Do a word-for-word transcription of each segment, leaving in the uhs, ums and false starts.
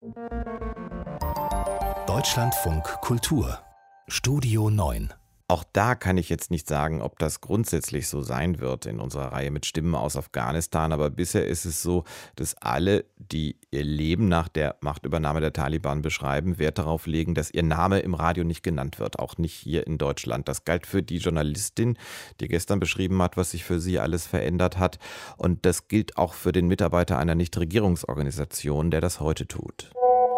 Deutschlandfunk Kultur Studio neun. Auch da kann ich jetzt nicht sagen, ob das grundsätzlich so sein wird in unserer Reihe mit Stimmen aus Afghanistan, aber bisher ist es so, dass alle, die ihr Leben nach der Machtübernahme der Taliban beschreiben, Wert darauf legen, dass ihr Name im Radio nicht genannt wird, auch nicht hier in Deutschland. Das galt für die Journalistin, die gestern beschrieben hat, was sich für sie alles verändert hat, und das gilt auch für den Mitarbeiter einer Nichtregierungsorganisation, der das heute tut.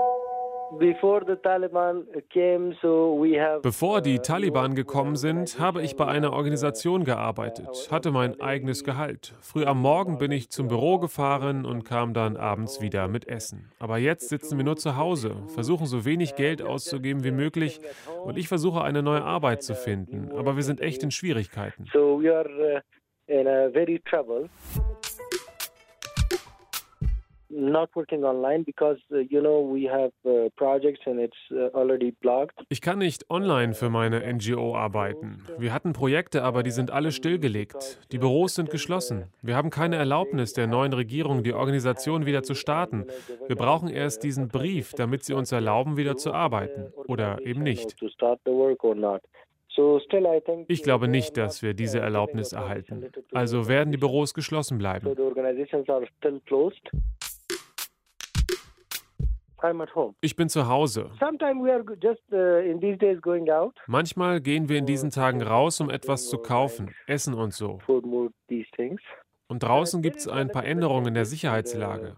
Bevor die Taliban gekommen sind, habe ich bei einer Organisation gearbeitet, hatte mein eigenes Gehalt. Früh am Morgen bin ich zum Büro gefahren und kam dann abends wieder mit Essen. Aber jetzt sitzen wir nur zu Hause, versuchen so wenig Geld auszugeben wie möglich, und ich versuche eine neue Arbeit zu finden. Aber wir sind echt in Schwierigkeiten. Ich kann nicht online für meine N G O arbeiten. Wir hatten Projekte, aber die sind alle stillgelegt. Die Büros sind geschlossen. Wir haben keine Erlaubnis der neuen Regierung, die Organisation wieder zu starten. Wir brauchen erst diesen Brief, damit sie uns erlauben, wieder zu arbeiten. Oder eben nicht. Ich glaube nicht, dass wir diese Erlaubnis erhalten. Also werden die Büros geschlossen bleiben. Ich bin zu Hause. Manchmal gehen wir in diesen Tagen raus, um etwas zu kaufen, Essen und so. Und draußen gibt es ein paar Änderungen in der Sicherheitslage.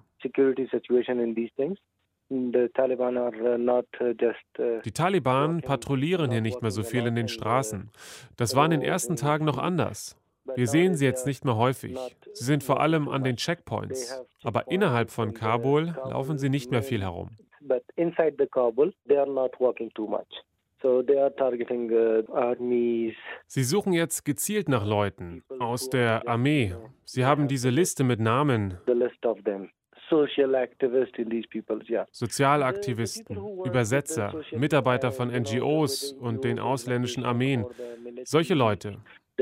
Die Taliban patrouillieren hier nicht mehr so viel in den Straßen. Das war in den ersten Tagen noch anders. Wir sehen sie jetzt nicht mehr häufig. Sie sind vor allem an den Checkpoints. Aber innerhalb von Kabul laufen sie nicht mehr viel herum. Sie suchen jetzt gezielt nach Leuten aus der Armee. Sie haben diese Liste mit Namen. Sozialaktivisten, Übersetzer, Mitarbeiter von N G Os und den ausländischen Armeen. Solche Leute.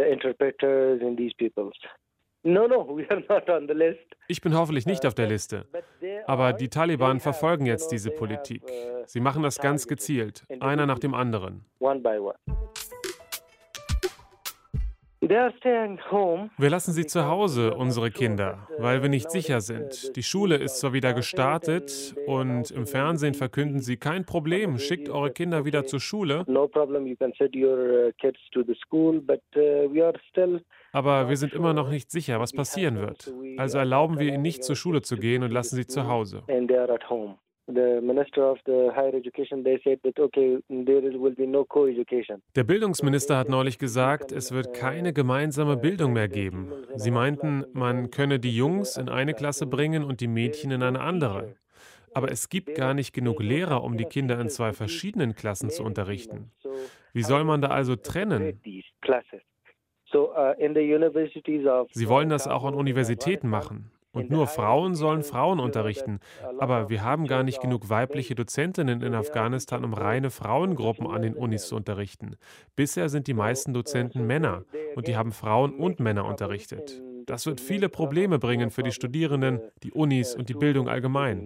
Ich bin hoffentlich nicht auf der Liste. Aber die Taliban verfolgen jetzt diese Politik. Sie machen das ganz gezielt, einer nach dem anderen. Wir lassen sie zu Hause, unsere Kinder, weil wir nicht sicher sind. Die Schule ist zwar wieder gestartet und im Fernsehen verkünden sie: kein Problem, schickt eure Kinder wieder zur Schule. Aber wir sind immer noch nicht sicher, was passieren wird. Also erlauben wir ihnen nicht, zur Schule zu gehen und lassen sie zu Hause. Der Bildungsminister hat neulich gesagt, es wird keine gemeinsame Bildung mehr geben. Sie meinten, man könne die Jungs in eine Klasse bringen und die Mädchen in eine andere. Aber es gibt gar nicht genug Lehrer, um die Kinder in zwei verschiedenen Klassen zu unterrichten. Wie soll man da also trennen? Sie wollen das auch an Universitäten machen. Und nur Frauen sollen Frauen unterrichten. Aber wir haben gar nicht genug weibliche Dozentinnen in Afghanistan, um reine Frauengruppen an den Unis zu unterrichten. Bisher sind die meisten Dozenten Männer und die haben Frauen und Männer unterrichtet. Das wird viele Probleme bringen für die Studierenden, die Unis und die Bildung allgemein.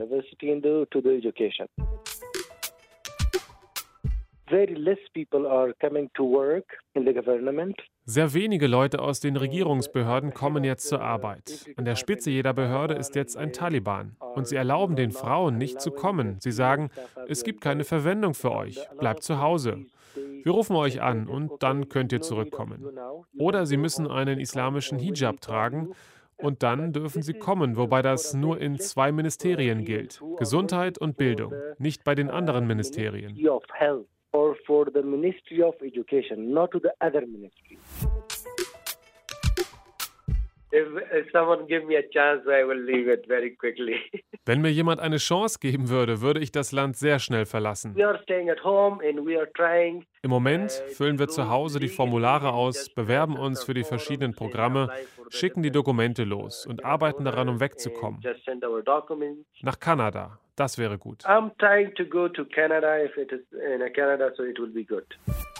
Sehr wenige Leute aus den Regierungsbehörden kommen jetzt zur Arbeit. An der Spitze jeder Behörde ist jetzt ein Taliban. Und sie erlauben den Frauen nicht zu kommen. Sie sagen, es gibt keine Verwendung für euch, bleibt zu Hause. Wir rufen euch an und dann könnt ihr zurückkommen. Oder sie müssen einen islamischen Hijab tragen. Und dann dürfen sie kommen, wobei das nur in zwei Ministerien gilt. Gesundheit und Bildung, nicht bei den anderen Ministerien. Or for the Ministry of Education, not to the other ministry. If someone give me a chance, I will leave it very quickly. Wenn mir jemand eine Chance geben würde, würde ich das Land sehr schnell verlassen. We are staying at home and we are trying. Im Moment füllen wir zu Hause die Formulare aus, bewerben uns für die verschiedenen Programme, schicken die Dokumente los und arbeiten daran, um wegzukommen. Nach Kanada. Das wäre gut. I'm trying to go to Canada if it is in Canada, so it will be good.